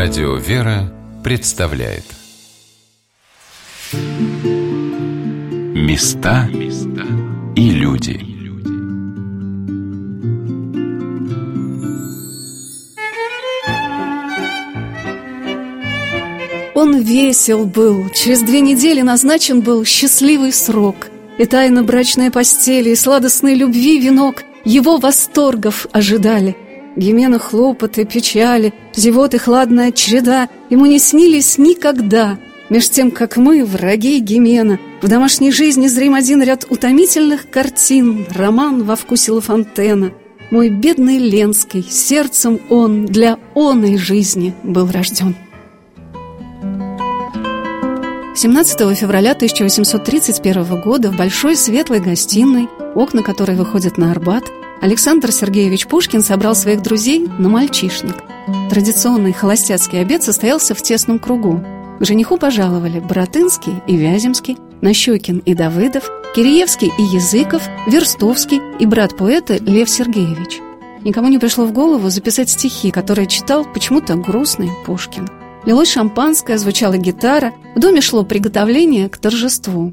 Радио «Вера» представляет Места и люди. Он весел был, через 2 недели назначен был счастливый срок, и тайна брачной постели, и сладостной любви венок его восторгов ожидали. Гимена хлопоты, печали, зевоты хладная череда ему не снились никогда. Меж тем, как мы, враги Гимена, в домашней жизни зрим один ряд утомительных картин, роман во вкусе Ла Фонтена. Мой бедный Ленский, сердцем он для оной жизни был рожден. 17 февраля 1831 года в большой светлой гостиной, окна которой выходят на Арбат, Александр Сергеевич Пушкин собрал своих друзей на мальчишник. Традиционный холостяцкий обед состоялся в тесном кругу. К жениху пожаловали Баратынский и Вяземский, Нащекин и Давыдов, Киреевский и Языков, Верстовский и брат поэта Лев Сергеевич. Никому не пришло в голову записать стихи, которые читал почему-то грустный Пушкин. Лилось шампанское, звучала гитара, в доме шло приготовление к торжеству.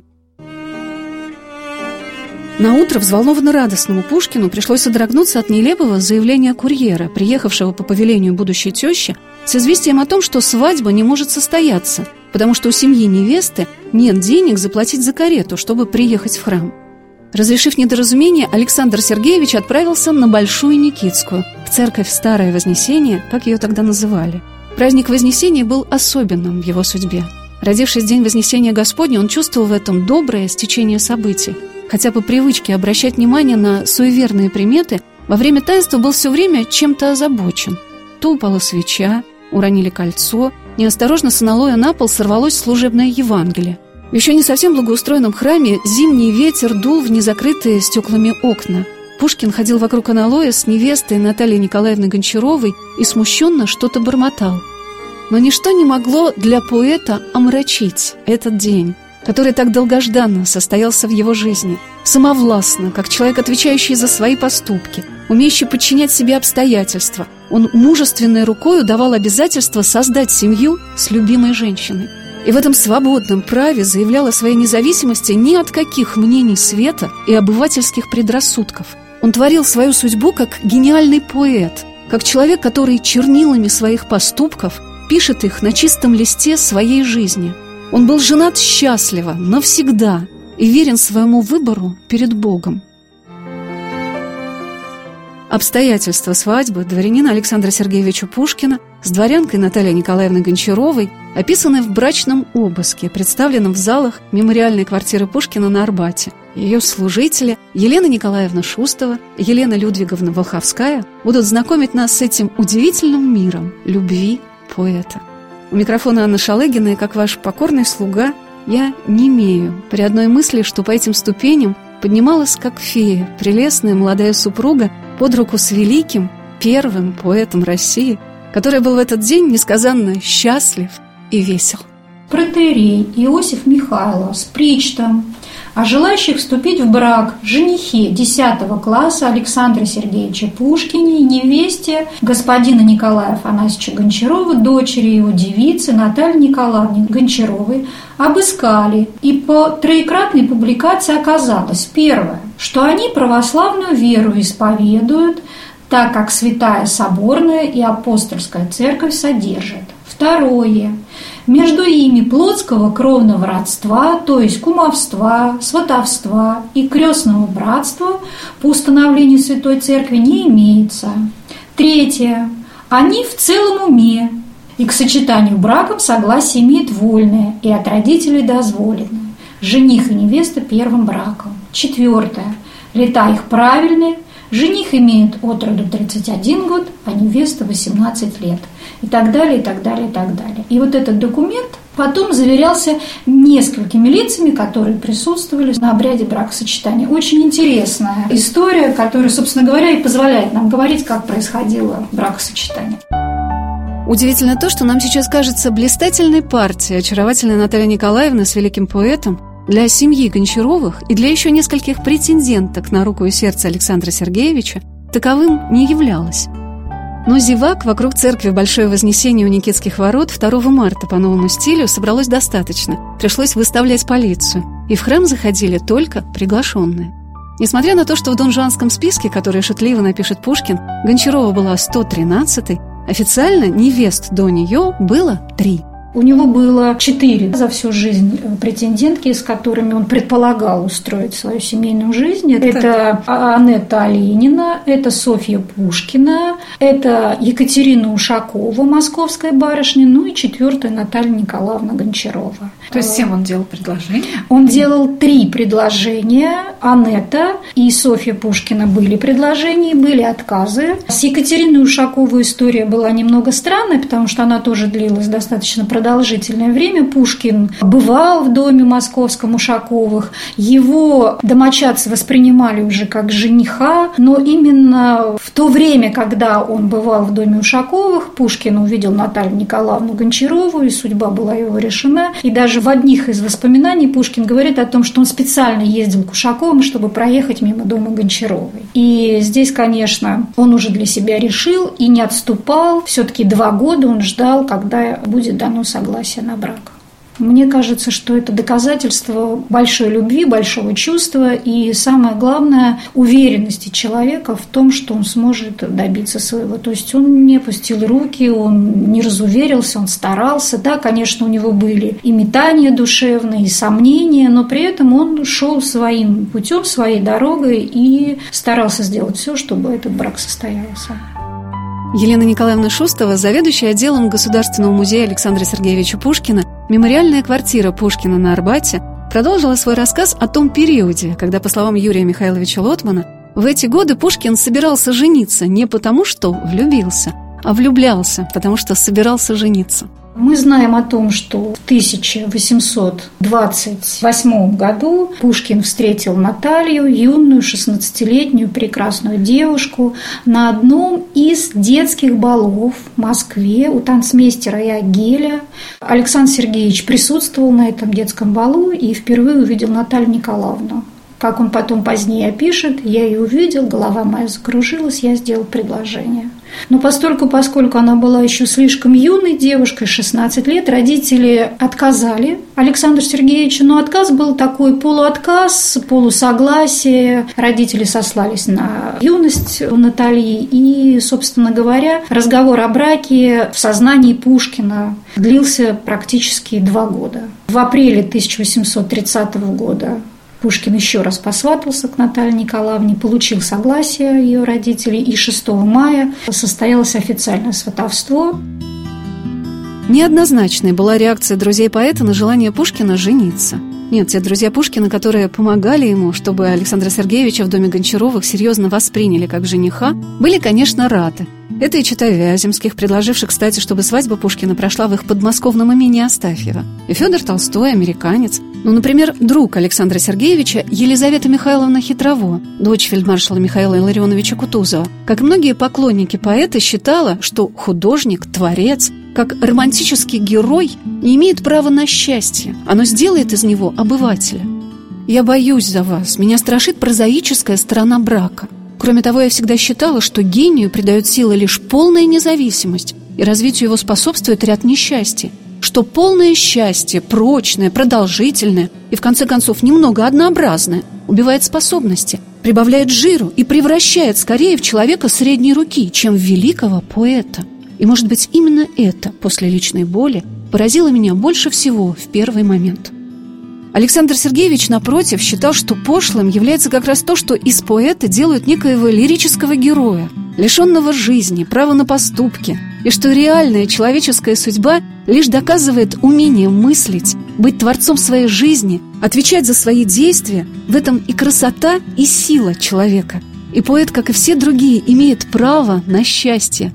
Наутро взволнованно радостному Пушкину пришлось содрогнуться от нелепого заявления курьера, приехавшего по повелению будущей тещи, с известием о том, что свадьба не может состояться, потому что у семьи невесты нет денег заплатить за карету, чтобы приехать в храм. Разрешив недоразумение, Александр Сергеевич отправился на Большую Никитскую, в церковь Старое Вознесение, как ее тогда называли. Праздник Вознесения был особенным в его судьбе. Родившись в день Вознесения Господня, он чувствовал в этом доброе стечение событий. Хотя по привычке обращать внимание на суеверные приметы, во время таинства был все время чем-то озабочен. То упала свеча, уронили кольцо, неосторожно с аналоя на пол сорвалось служебное Евангелие. В еще не совсем благоустроенном храме зимний ветер дул в незакрытые стеклами окна. Пушкин ходил вокруг аналоя с невестой Натальей Николаевной Гончаровой и смущенно что-то бормотал. Но ничто не могло для поэта омрачить этот день, который так долгожданно состоялся в его жизни, самовластно, как человек, отвечающий за свои поступки, умеющий подчинять себе обстоятельства. Он мужественной рукою давал обязательство создать семью с любимой женщиной. И в этом свободном праве заявлял о своей независимости ни от каких мнений света и обывательских предрассудков. Он творил свою судьбу как гениальный поэт, как человек, который чернилами своих поступков пишет их на чистом листе своей жизни. Он был женат счастливо, навсегда, и верен своему выбору перед Богом. Обстоятельства свадьбы дворянина Александра Сергеевича Пушкина с дворянкой Натальей Николаевной Гончаровой описаны в брачном обыске, представленном в залах мемориальной квартиры Пушкина на Арбате. Ее служители Елена Николаевна Шустова и Елена Людвиговна Волховская будут знакомить нас с этим удивительным миром любви поэта. У микрофона Анна Шалыгина, и как ваш покорный слуга я немею при одной мысли, что по этим ступеням поднималась, как фея, прелестная молодая супруга под руку с великим, первым поэтом России, который был в этот день несказанно счастлив и весел. Протоиерей Иосиф Михайлов с причтом о желающих вступить в брак женихе 10 класса Александра Сергеевича Пушкине и невесте господина Николая Афанасьевича Гончарова, дочери его девицы Натальи Николаевны Гончаровой, обыскали. И по троекратной публикации оказалось: первое, что они православную веру исповедуют, так как Святая Соборная и Апостольская Церковь содержат. Второе, между ими плотского кровного родства, то есть кумовства, сватовства и крестного братства по установлению Святой Церкви не имеется. Третье, они в целом уме и к сочетанию браком согласие имеют вольное и от родителей дозволенное. Жених и невеста первым браком. Четвертое, лета их правильные. Жених имеет от роду 31 год, а невеста 18 лет. И так далее, и так далее, и так далее. И вот этот документ потом заверялся несколькими лицами, которые присутствовали на обряде бракосочетания. Очень интересная история, которая, собственно говоря, и позволяет нам говорить, как происходило бракосочетание. Удивительно то, что нам сейчас кажется блистательной партией очаровательной Натальи Николаевны с великим поэтом для семьи Гончаровых и для еще нескольких претенденток на руку и сердце Александра Сергеевича таковым не являлось. Но зевак вокруг церкви Большое Вознесение у Никитских ворот 2 марта по новому стилю собралось достаточно. Пришлось выставлять полицию. И в храм заходили только приглашенные. Несмотря на то, что в донжуанском списке, который шутливо напишет Пушкин, Гончарова была 113-й, официально невест до нее было 3. У него было 4 за всю жизнь претендентки, с которыми он предполагал устроить свою семейную жизнь. Это Анетта Оленина, это Софья Пушкина, это Екатерина Ушакова, московская барышня, ну и 4-я Наталья Николаевна Гончарова. То есть всем он делал предложения? Он делал 3 предложения. Анетта и Софья Пушкина были предложения, были отказы. С Екатериной Ушаковой история была немного странной, потому что она тоже длилась достаточно продолжительное время. Пушкин бывал в доме московском Ушаковых. Его домочадцы воспринимали уже как жениха, но именно в то время, когда он бывал в доме Ушаковых, Пушкин увидел Наталью Николаевну Гончарову, и судьба была его решена. И даже в одних из воспоминаний Пушкин говорит о том, что он специально ездил к Ушаковым, чтобы проехать мимо дома Гончаровой. И здесь, конечно, он уже для себя решил и не отступал. Все-таки 2 года он ждал, когда будет дано согласие на брак. Мне кажется, что это доказательство большой любви, большого чувства и, самое главное, уверенности человека в том, что он сможет добиться своего. То есть он не опустил руки, он не разуверился, он старался. Да, конечно, у него были и метания душевные, и сомнения, но при этом он шел своим путем, своей дорогой и старался сделать все, чтобы этот брак состоялся. Елена Николаевна Шустова, заведующая отделом Государственного музея Александра Сергеевича Пушкина, мемориальная квартира Пушкина на Арбате, продолжила свой рассказ о том периоде, когда, по словам Юрия Михайловича Лотмана, в эти годы Пушкин собирался жениться не потому, что влюбился, а влюблялся, потому что собирался жениться. Мы знаем о том, что в 1828 году Пушкин встретил Наталью, юную 16-летнюю прекрасную девушку, на одном из детских балов в Москве у танцмейстера Ягеля. Александр Сергеевич присутствовал на этом детском балу и впервые увидел Наталью Николаевну. Как он потом позднее опишет, я ее увидел, голова моя закружилась, я сделал предложение. Но поскольку она была еще слишком юной девушкой, 16 лет, родители отказали Александру Сергеевичу, но отказ был такой полуотказ, полусогласие. Родители сослались на юность Натальи, и, собственно говоря, разговор о браке в сознании Пушкина длился практически 2 года. В апреле 1830 года Пушкин еще раз посватался к Наталье Николаевне, получил согласие ее родителей, и 6 мая состоялось официальное сватовство. Неоднозначной была реакция друзей поэта на желание Пушкина жениться. Нет, те друзья Пушкина, которые помогали ему, чтобы Александра Сергеевича в доме Гончаровых серьезно восприняли как жениха, были, конечно, рады. Это и чета Вяземских, предложивших, кстати, чтобы свадьба Пушкина прошла в их подмосковном имении Астафьево. И Федор Толстой, американец. Ну, например, друг Александра Сергеевича Елизавета Михайловна Хитрово, дочь фельдмаршала Михаила Илларионовича Кутузова. Как многие поклонники поэта, считала, что художник, творец, как романтический герой, не имеет права на счастье. Оно сделает из него обывателя. «Я боюсь за вас, меня страшит прозаическая сторона брака. Кроме того, я всегда считала, что гению придает силы лишь полная независимость, и развитию его способствует ряд несчастий, что полное счастье, прочное, продолжительное и, в конце концов, немного однообразное, убивает способности, прибавляет жиру и превращает скорее в человека средней руки, чем в великого поэта. И, может быть, именно это, после личной боли, поразило меня больше всего в первый момент». Александр Сергеевич, напротив, считал, что пошлым является как раз то, что из поэта делают некоего лирического героя, лишенного жизни, права на поступки, и что реальная человеческая судьба лишь доказывает умение мыслить, быть творцом своей жизни, отвечать за свои действия. В этом и красота, и сила человека. И поэт, как и все другие, имеет право на счастье.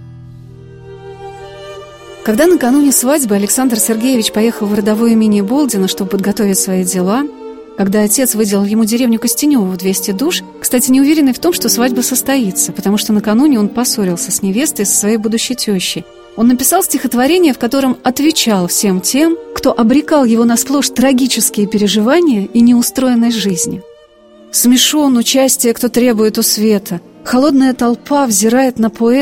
Когда накануне свадьбы Александр Сергеевич поехал в родовое имение Болдина, чтобы подготовить свои дела, когда отец выделил ему деревню Костенево в 200 душ, кстати, не уверенный в том, что свадьба состоится, потому что накануне он поссорился с невестой, со своей будущей тещей. Он написал стихотворение, в котором отвечал всем тем, кто обрекал его на сплошь трагические переживания и неустроенность жизни. «Смешон участие, кто требует у света, холодная толпа взирает на поэта,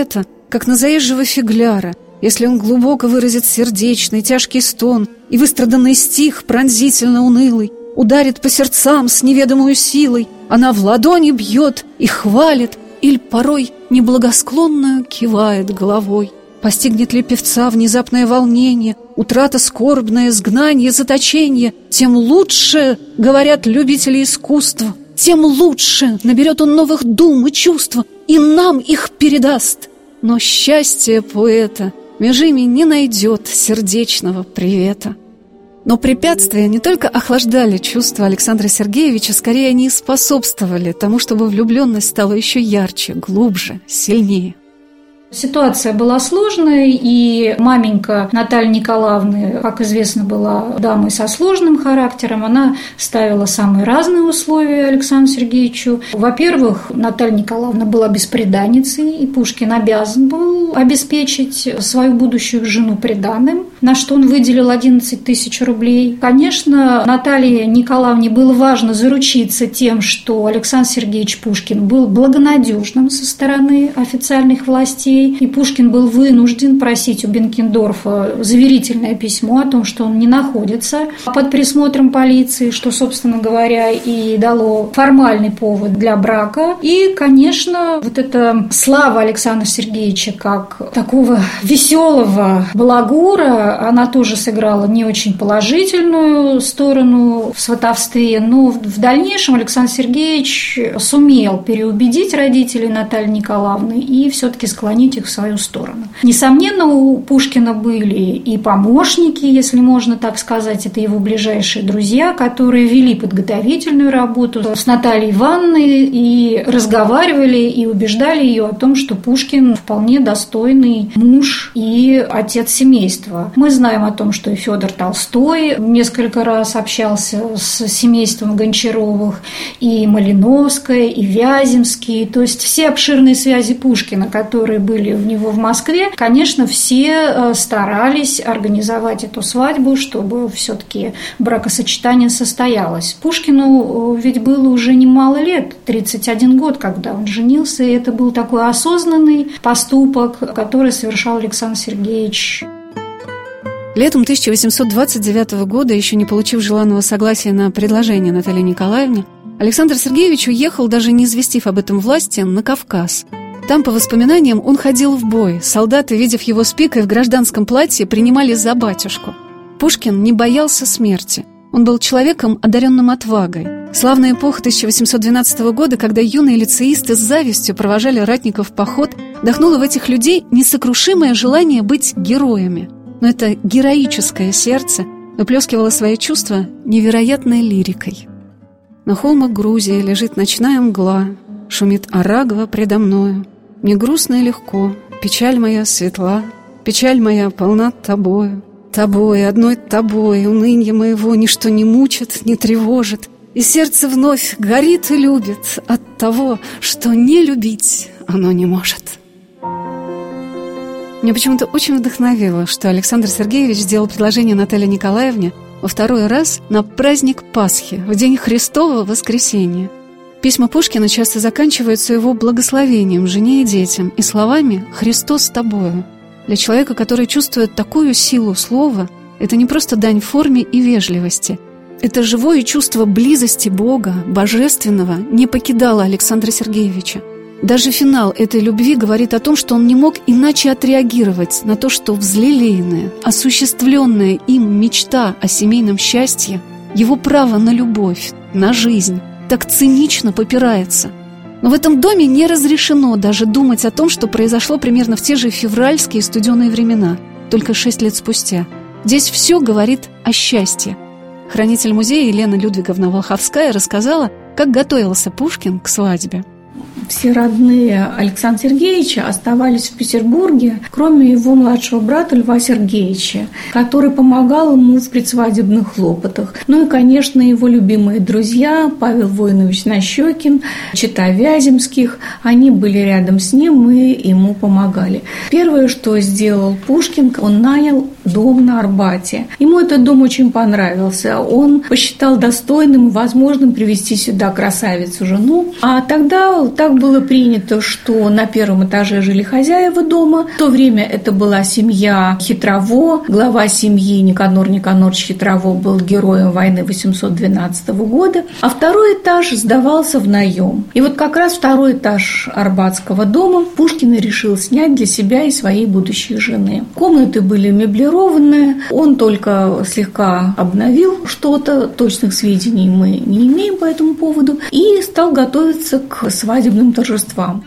как на заезжего фигляра, если он глубоко выразит сердечный тяжкий стон и выстраданный стих пронзительно унылый, ударит по сердцам с неведомой силой, она в ладони бьет и хвалит, или порой неблагосклонную кивает головой. Постигнет ли певца внезапное волнение, утрата скорбное, изгнание, заточение, тем лучше, говорят любители искусства, тем лучше наберет он новых дум и чувств, и нам их передаст. Но счастье поэта меж ими не найдет сердечного привета. Но препятствия не только охлаждали чувства Александра Сергеевича, скорее они способствовали тому, чтобы влюбленность стала еще ярче, глубже, сильнее. Ситуация была сложной, и маменька Натальи Николаевны, как известно, была дамой со сложным характером. Она ставила самые разные условия Александру Сергеевичу. Во-первых, Наталья Николаевна была бесприданницей, и Пушкин обязан был обеспечить свою будущую жену приданым, на что он выделил 11 тысяч рублей. Конечно, Наталье Николаевне было важно заручиться тем, что Александр Сергеевич Пушкин был благонадежным со стороны официальных властей, и Пушкин был вынужден просить у Бенкендорфа заверительное письмо о том, что он не находится под присмотром полиции, что, собственно говоря, и дало формальный повод для брака. И, конечно, вот эта слава Александра Сергеевича как такого веселого балагура, она тоже сыграла не очень положительную сторону в сватовстве, но в дальнейшем Александр Сергеевич сумел переубедить родителей Натальи Николаевны и все-таки склонить их в свою сторону. Несомненно, у Пушкина были и помощники, если можно так сказать, это его ближайшие друзья, которые вели подготовительную работу с Натальей Ивановной и разговаривали и убеждали ее о том, что Пушкин вполне достойный муж и отец семейства. Мы знаем о том, что и Федор Толстой несколько раз общался с семейством Гончаровых, и Малиновская, и Вяземский, то есть все обширные связи Пушкина, которые были у него в Москве, конечно, все старались организовать эту свадьбу, чтобы все-таки бракосочетание состоялось. Пушкину ведь было уже немало лет, 31 год, когда он женился, и это был такой осознанный поступок, который совершал Александр Сергеевич. Летом 1829 года, еще не получив желанного согласия на предложение Натальи Николаевне, Александр Сергеевич уехал, даже не известив об этом власти, на Кавказ. Там, по воспоминаниям, он ходил в бой. Солдаты, видев его с пикой в гражданском платье, принимали за батюшку. Пушкин не боялся смерти. Он был человеком, одаренным отвагой. Славная эпоха 1812 года, когда юные лицеисты с завистью провожали ратников в поход, вдохнуло в этих людей несокрушимое желание быть героями. Но это героическое сердце выплескивало свои чувства невероятной лирикой. На холмах Грузии лежит ночная мгла, шумит Арагва предо мною. Мне грустно и легко, печаль моя светла, печаль моя полна тобою. Тобой, одной тобой, унынье моего ничто не мучит, не тревожит, и сердце вновь горит и любит от того, что не любить оно не может. Меня почему-то очень вдохновило, что Александр Сергеевич сделал предложение Наталье Николаевне во второй раз на праздник Пасхи, в день Христова воскресения. Письма Пушкина часто заканчиваются его благословением жене и детям и словами «Христос с тобою». Для человека, который чувствует такую силу слова, это не просто дань форме и вежливости. Это живое чувство близости Бога, божественного, не покидало Александра Сергеевича. Даже финал этой любви говорит о том, что он не мог иначе отреагировать на то, что взлелеянная, осуществленная им мечта о семейном счастье, его право на любовь, на жизнь, так цинично попирается. Но в этом доме не разрешено даже думать о том, что произошло примерно в те же февральские студеные времена, только 6 лет спустя. Здесь все говорит о счастье. Хранитель музея Елена Людвиговна Волховская рассказала, как готовился Пушкин к свадьбе. Все родные Александра Сергеевича оставались в Петербурге, кроме его младшего брата Льва Сергеевича, который помогал ему в предсвадебных хлопотах. Ну и, конечно, его любимые друзья Павел Воинович Нащекин, чета Вяземских, они были рядом с ним и ему помогали. Первое, что сделал Пушкин, он нанял дом на Арбате. Ему этот дом очень понравился. Он посчитал достойным и возможным привезти сюда красавицу-жену. А тогда так было принято, что на первом этаже жили хозяева дома. В то время это была семья Хитрово. Глава семьи Никанор Никанорович Хитрово был героем войны 812 года. А второй этаж сдавался в наем. И вот как раз второй этаж Арбатского дома Пушкин решил снять для себя и своей будущей жены. Комнаты были меблированные. Он только слегка обновил что-то. Точных сведений мы не имеем по этому поводу. И стал готовиться к свадебным торжествам.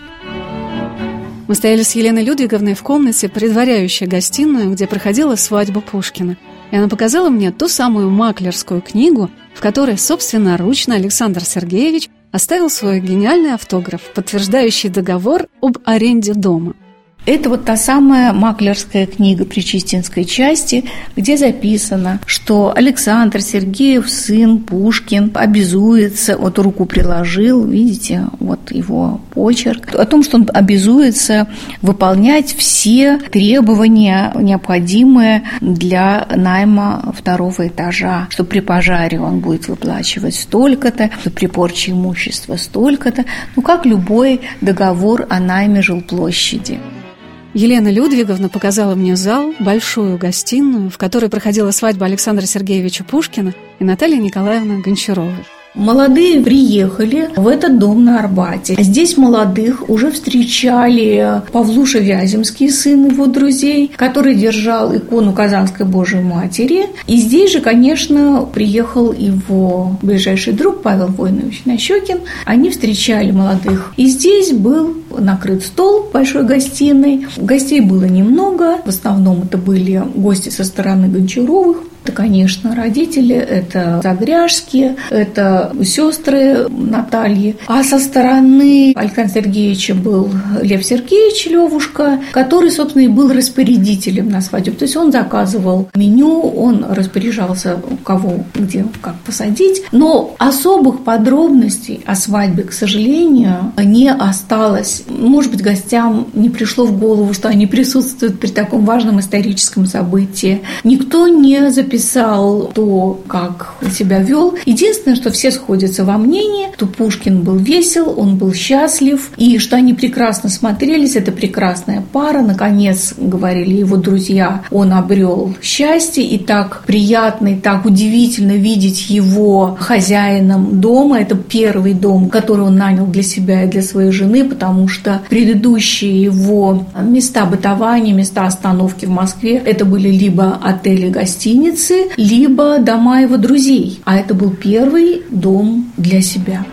Мы стояли с Еленой Людвиговной в комнате, предваряющей гостиную, где проходила свадьба Пушкина. И она показала мне ту самую маклерскую книгу, в которой собственноручно Александр Сергеевич оставил свой гениальный автограф, подтверждающий договор об аренде дома. Это вот та самая маклерская книга Причистинской части, где записано, что Александр Сергеев, сын Пушкин, обязуется, вот руку приложил, видите, вот его почерк, о том, что он обязуется выполнять все требования, необходимые для найма второго этажа, что при пожаре он будет выплачивать столько-то, что при порче имущества столько-то, как любой договор о найме жилплощади. Елена Людвиговна показала мне зал, большую гостиную, в которой проходила свадьба Александра Сергеевича Пушкина и Натальи Николаевны Гончаровой. Молодые приехали в этот дом на Арбате. Здесь молодых уже встречали Павлуша Вяземский, сын его друзей, который держал икону Казанской Божией Матери. И здесь же, конечно, приехал его ближайший друг Павел Войнович Нащекин. Они встречали молодых. И здесь был накрыт стол в большой гостиной. Гостей было немного. В основном это были гости со стороны Гончаровых. Это, конечно, родители, это Загряжские, это сестры Натальи. А со стороны Александра Сергеевича был Лев Сергеевич Левушка, который, собственно, и был распорядителем на свадьбу. То есть он заказывал меню, он распоряжался, кого, где, как посадить. Но особых подробностей о свадьбе, к сожалению, не осталось. Может быть, гостям не пришло в голову, что они присутствуют при таком важном историческом событии. Никто не записал то, как себя вел. Единственное, что все сходятся во мнении, что Пушкин был весел, он был счастлив, и что они прекрасно смотрелись, это прекрасная пара. Наконец, говорили его друзья, он обрел счастье, и так приятно, и так удивительно видеть его хозяином дома. Это первый дом, который он нанял для себя и для своей жены, потому что предыдущие его места бытования, места остановки в Москве, это были либо отели, гостиницы, либо дома его друзей. А это был первый дом для себя.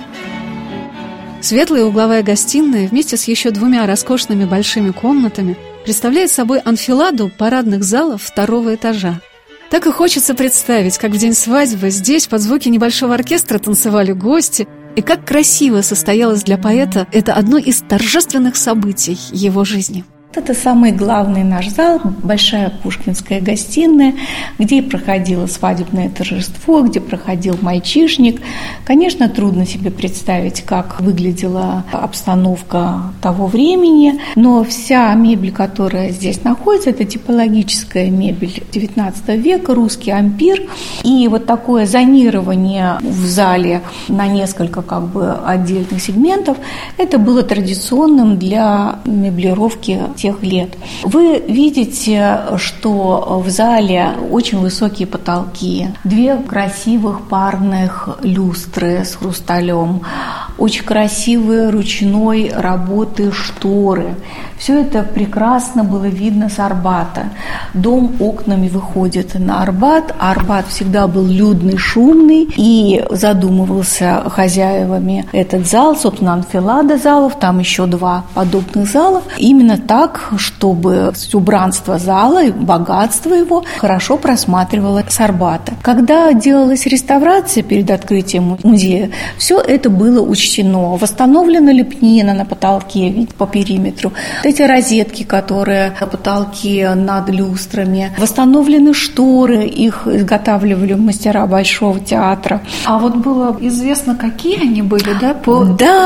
Светлая угловая гостиная вместе с еще двумя роскошными большими комнатами представляет собой анфиладу парадных залов второго этажа. Так и хочется представить, как в день свадьбы здесь под звуки небольшого оркестра танцевали гости, и как красиво состоялось для поэта это одно из торжественных событий его жизни. Это самый главный наш зал, большая пушкинская гостиная, где и проходило свадебное торжество, где проходил мальчишник. Конечно, трудно себе представить, как выглядела обстановка того времени, но вся мебель, которая здесь находится, это типологическая мебель XIX века, русский ампир. И вот такое зонирование в зале на несколько отдельных сегментов, это было традиционным для меблировки тех лет. Вы видите, что в зале очень высокие потолки, две красивых парных люстры с хрусталем, очень красивые ручной работы шторы. Все это прекрасно было видно с Арбата. Дом окнами выходит на Арбат, а Арбат всегда был людный, шумный, и задумывался хозяевами этот зал, собственно, анфилада залов, там еще два подобных зала, именно так, чтобы убранство зала и богатство его хорошо просматривалось с Арбата. Когда делалась реставрация перед открытием музея, все это было учтено. Восстановлена лепнина на потолке, ведь по периметру. Эти розетки, которые на потолке над люстрами. Восстановлены шторы, их изготавливали мастера Большого театра. А вот было известно, какие они были, да? По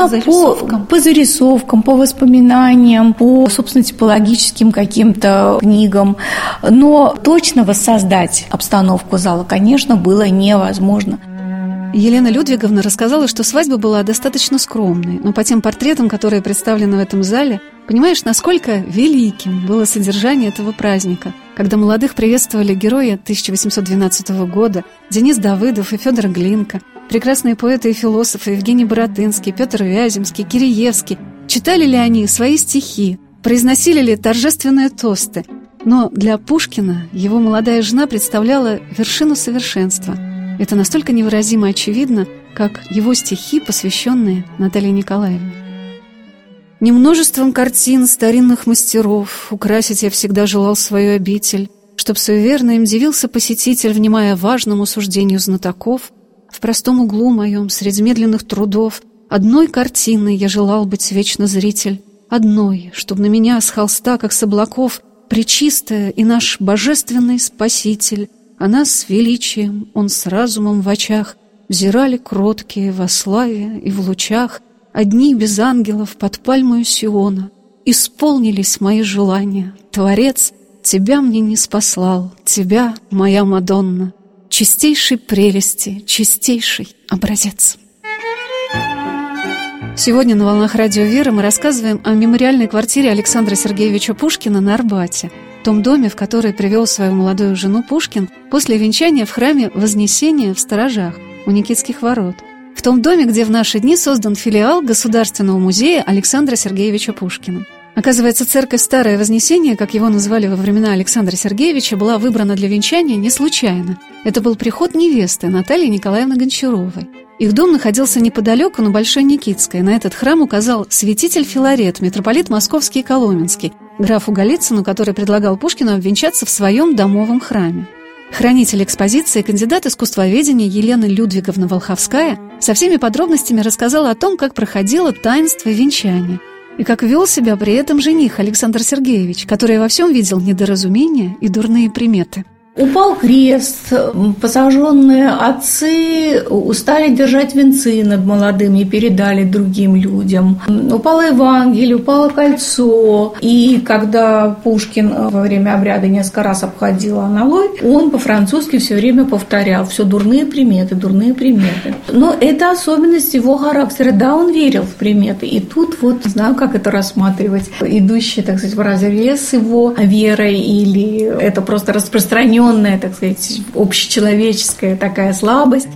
зарисовкам, по воспоминаниям, по, собственно, типологическим каким-то книгам. Но точно воссоздать обстановку зала, конечно, было невозможно. Елена Людвиговна рассказала, что свадьба была достаточно скромной, но по тем портретам, которые представлены в этом зале, понимаешь, насколько великим было содержание этого праздника, когда молодых приветствовали герои 1812 года Денис Давыдов и Федор Глинка, прекрасные поэты и философы Евгений Боротынский, Петр Вяземский, Киреевский. Читали ли они свои стихи, произносили ли торжественные тосты? Но для Пушкина его молодая жена представляла вершину совершенства. Это настолько невыразимо очевидно, как его стихи, посвященные Наталье Николаевне. «Не множеством картин старинных мастеров украсить я всегда желал свою обитель, чтоб суеверно им дивился посетитель, внимая важному суждению знатоков. В простом углу моем, среди медленных трудов, одной картиной я желал быть вечно зритель, одной, чтоб на меня с холста, как с облаков, пречистая и наш божественный Спаситель, а нас с величием, он с разумом в очах, взирали кроткие во славе и в лучах, одни без ангелов под пальмою Сиона. Исполнились мои желания, Творец, тебя мне не спаслал, тебя, моя Мадонна, чистейшей прелести, чистейший образец». Сегодня на «Волнах Радио Вера» мы рассказываем о мемориальной квартире Александра Сергеевича Пушкина на Арбате, том доме, в который привел свою молодую жену Пушкин после венчания в храме Вознесения в Сторожах у Никитских ворот. В том доме, где в наши дни создан филиал Государственного музея Александра Сергеевича Пушкина. Оказывается, церковь Старое Вознесение, как его назвали во времена Александра Сергеевича, была выбрана для венчания не случайно. Это был приход невесты Натальи Николаевны Гончаровой. Их дом находился неподалеку, на Большой Никитской. На этот храм указал святитель Филарет, митрополит Московский и Коломенский, графу Голицыну, который предлагал Пушкину обвенчаться в своем домовом храме. Хранитель экспозиции, кандидат искусствоведения Елена Людвиговна Волховская со всеми подробностями рассказала о том, как проходило таинство венчания и как вел себя при этом жених Александр Сергеевич, который во всем видел недоразумения и дурные приметы. Упал крест, посаженные отцы устали держать венцы над молодыми и передали другим людям. Упало Евангелие, упало кольцо. И когда Пушкин во время обряда несколько раз обходил аналой, он по-французски все время повторял: все дурные приметы, дурные приметы. Но это особенность его характера. Да, он верил в приметы. И тут вот, не знаю, как это рассматривать, идущий, так сказать, вразрез с его верой, или это просто распространенное, так сказать, общечеловеческая такая слабость.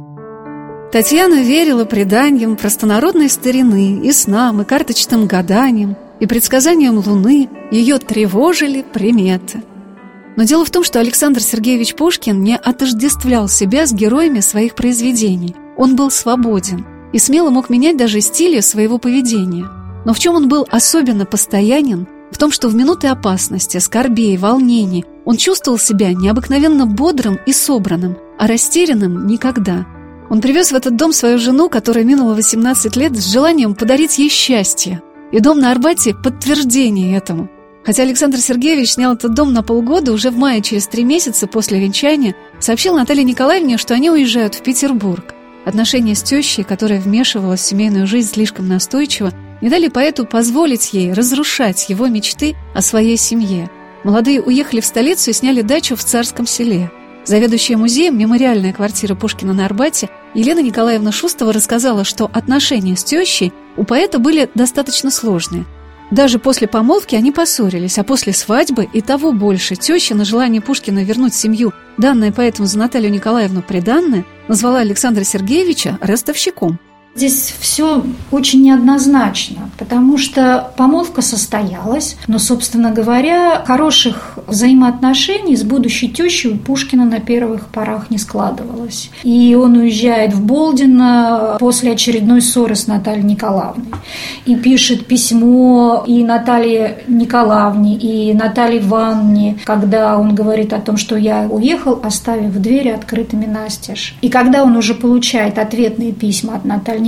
Татьяна верила преданиям простонародной старины, и снам, и карточным гаданиям, и предсказаниям Луны. Ее тревожили приметы. Но дело в том, что Александр Сергеевич Пушкин не отождествлял себя с героями своих произведений. Он был свободен и смело мог менять даже стили своего поведения. Но в чем он был особенно постоянен? В том, что в минуты опасности, скорбей, волнений он чувствовал себя необыкновенно бодрым и собранным, а растерянным никогда. Он привез в этот дом свою жену, которая минула 18 лет, с желанием подарить ей счастье. И дом на Арбате – подтверждение этому. Хотя Александр Сергеевич снял этот дом на полгода, уже в мае, через 3 месяца после венчания, сообщил Наталье Николаевне, что они уезжают в Петербург. Отношения с тещей, которая вмешивалась в семейную жизнь слишком настойчиво, не дали поэту позволить ей разрушать его мечты о своей семье. Молодые уехали в столицу и сняли дачу в Царском Селе. Заведующая музеем «Мемориальная квартира Пушкина на Арбате» Елена Николаевна Шустова рассказала, что отношения с тещей у поэта были достаточно сложные. Даже после помолвки они поссорились, а после свадьбы и того больше. Теща на желание Пушкина вернуть семью, данное поэтом за Наталью Николаевну приданное, назвала Александра Сергеевича ростовщиком. Здесь все очень неоднозначно, потому что помолвка состоялась, но, собственно говоря, хороших взаимоотношений с будущей тещей у Пушкина на первых порах не складывалось. И он уезжает в Болдино после очередной ссоры с Натальей Николаевной и пишет письмо и Наталье Николаевне, и Наталье Ивановне, когда он говорит о том, что я уехал, оставив двери открытыми настежь. И когда он уже получает ответные письма от Натальи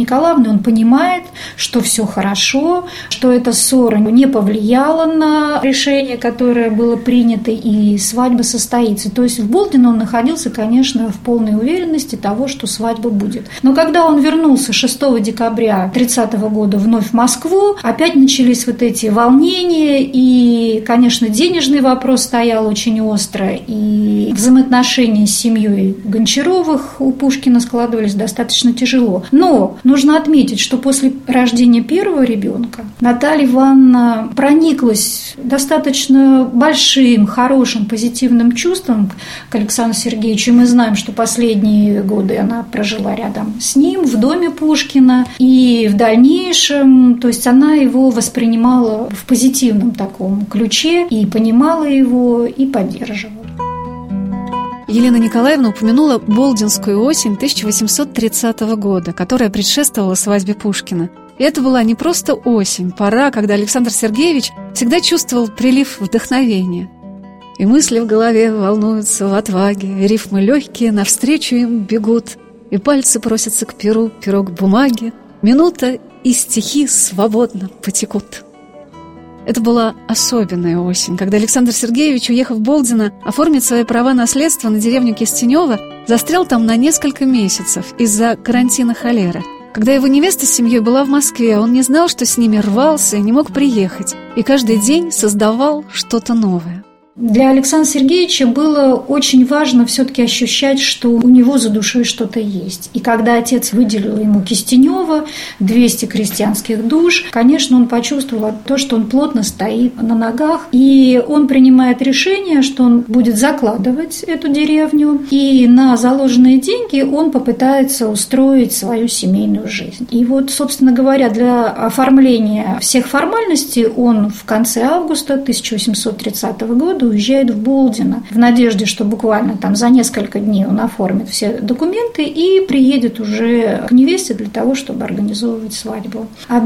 Николаевной, он понимает, что все хорошо, что эта ссора не повлияла на решение, которое было принято, и свадьба состоится. То есть в Болдино он находился, конечно, в полной уверенности того, что свадьба будет. Но когда он вернулся 6 декабря 30 года вновь в Москву, опять начались вот эти волнения, и, конечно, денежный вопрос стоял очень остро, и взаимоотношения с семьей Гончаровых у Пушкина складывались достаточно тяжело. Но нужно отметить, что после рождения первого ребенка Наталья Ивановна прониклась достаточно большим, хорошим, позитивным чувством к Александру Сергеевичу. Мы знаем, что последние годы она прожила рядом с ним в доме Пушкина, и в дальнейшем, то есть она его воспринимала в позитивном таком ключе и понимала его и поддерживала. Елена Николаевна упомянула Болдинскую осень 1830 года, которая предшествовала свадьбе Пушкина. И это была не просто осень, пора, когда Александр Сергеевич всегда чувствовал прилив вдохновения. И мысли в голове волнуются в отваге, и рифмы легкие навстречу им бегут, и пальцы просятся к перу, перо к бумаге, минута, и стихи свободно потекут. Это была особенная осень, когда Александр Сергеевич, уехав в Болдино, оформить свои права наследства на деревню Кистенево, застрял там на несколько месяцев из-за карантина холеры. Когда его невеста с семьей была в Москве, он не знал, что с ними рвался и не мог приехать, и каждый день создавал что-то новое. Для Александра Сергеевича было очень важно все-таки ощущать, что у него за душой что-то есть. И когда отец выделил ему Кистенево, 200 крестьянских душ, конечно, он почувствовал то, что он плотно стоит на ногах, и он принимает решение, что он будет закладывать эту деревню, и на заложенные деньги он попытается устроить свою семейную жизнь. И вот, собственно говоря, для оформления всех формальностей он в конце августа 1830 года уезжает в Болдино в надежде, что буквально там за несколько дней он оформит все документы и приедет уже к невесте для того, чтобы организовывать свадьбу.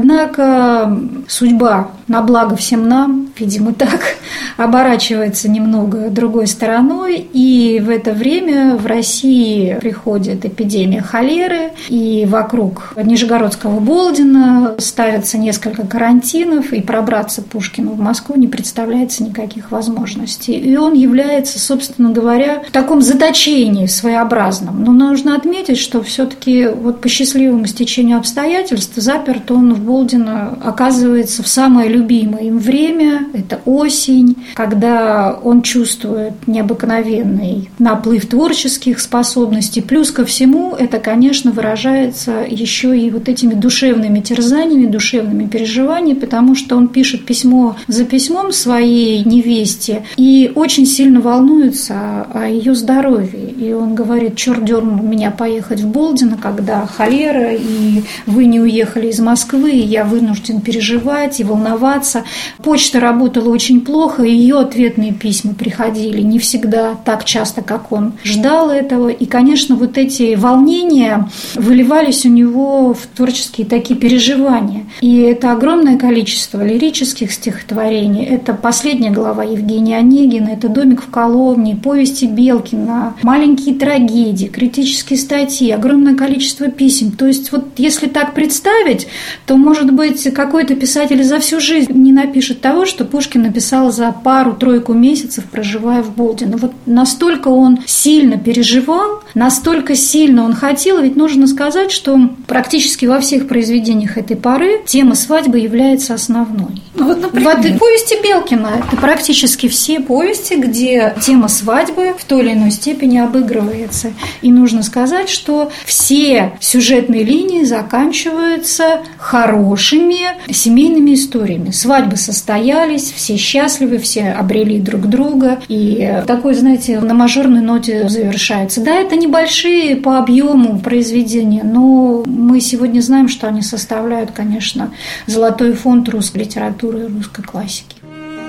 Однако судьба на благо всем нам, видимо, так, оборачивается немного другой стороной, и в это время в России приходит эпидемия холеры, и вокруг Нижегородского Болдина ставятся несколько карантинов, и пробраться Пушкину в Москву не представляется никаких возможностей. И он является, собственно говоря, в таком заточении своеобразном. Но нужно отметить, что все-таки вот по счастливому стечению обстоятельств заперт он в Болдино оказывается в самое любимое им время. Это осень, когда он чувствует необыкновенный наплыв творческих способностей. Плюс ко всему это, конечно, выражается еще и вот этими душевными терзаниями, душевными переживаниями, потому что он пишет письмо за письмом своей невесте и очень сильно волнуется о ее здоровье. И он говорит: черт дернул меня поехать в Болдино, когда холера, и вы не уехали из Москвы, и я вынужден переживать и волноваться. Почта работала очень плохо, и ее ответные письма приходили не всегда так часто, как он ждал этого. И, конечно, вот эти волнения выливались у него в творческие такие переживания. И это огромное количество лирических стихотворений. Это последняя глава Евгения Онегина, это «Домик в Коломне», повести Белкина, маленькие трагедии, критические статьи, огромное количество писем. То есть вот если так представить, то, может быть, какой-то писатель за всю жизнь не напишет того, что Пушкин написал за пару-тройку месяцев, проживая в Болдино. Вот настолько он сильно переживал, настолько сильно он хотел, ведь нужно сказать, что практически во всех произведениях этой поры тема свадьбы является основной. Вот, например, в повести Белкина это практически все повести, где тема свадьбы в той или иной степени обыгрывается. И нужно сказать, что все сюжетные линии заканчиваются хорошими семейными историями. Свадьбы состоялись, все счастливы, все обрели друг друга. И такой, знаете, на мажорной ноте завершается. Да, это небольшие по объему произведения, но мы сегодня знаем, что они составляют, конечно, золотой фонд русской литературы и русской классики.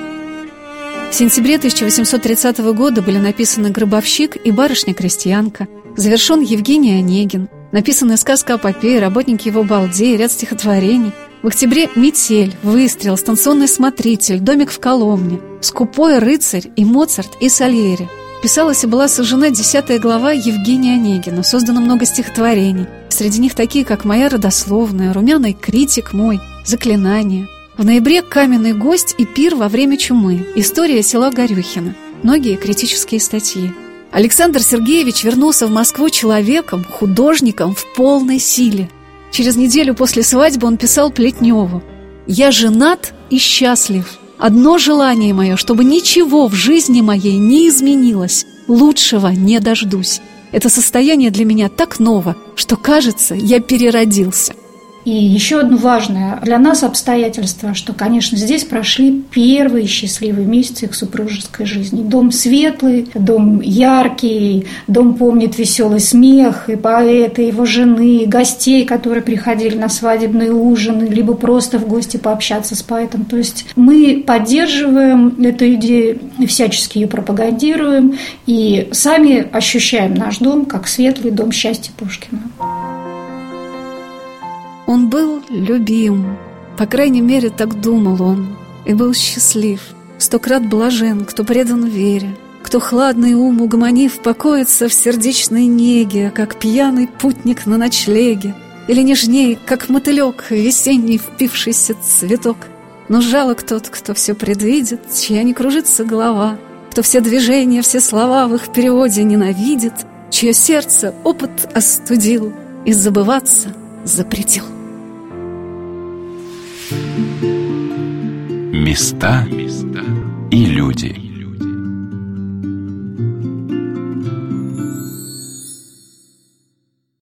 В сентябре 1830 года были написаны «Гробовщик» и «Барышня-крестьянка», завершен Евгений Онегин, написаны сказка о попе, работники его балде, ряд стихотворений. В октябре «Метель», «Выстрел», «Станционный смотритель», «Домик в Коломне», «Скупой рыцарь» и «Моцарт» и «Сальери». Писалась и была сожжена 10 глава Евгения Онегина, создано много стихотворений. среди них такие, как «Моя родословная», «Румяный критик мой», «Заклинание». В ноябре «Каменный гость» и «Пир во время чумы», «История села Горюхино», многие критические статьи. Александр Сергеевич вернулся в Москву человеком, художником в полной силе. Через неделю после свадьбы он писал Плетневу: «Я женат и счастлив. Одно желание мое, чтобы ничего в жизни моей не изменилось. Лучшего не дождусь. Это состояние для меня так ново, что, кажется, я переродился». И еще одно важное для нас обстоятельство, что, конечно, здесь прошли первые счастливые месяцы их супружеской жизни. Дом светлый, дом яркий, дом помнит веселый смех и поэта, его жены, и гостей, которые приходили на свадебные ужины, либо просто в гости пообщаться с поэтом. То есть мы поддерживаем эту идею, всячески ее пропагандируем и сами ощущаем наш дом как светлый дом счастья Пушкина. Он был любим, по крайней мере, так думал он, и был счастлив. 100 крат блажен, кто предан вере, кто хладный ум угомонив, покоится в сердечной неге, как пьяный путник на ночлеге, или нежней, как мотылек, весенний впившийся цветок. Но жалок тот, кто все предвидит, чья не кружится голова, кто все движения, все слова в их переводе ненавидит, чье сердце опыт остудил и забываться запретил. Места и люди.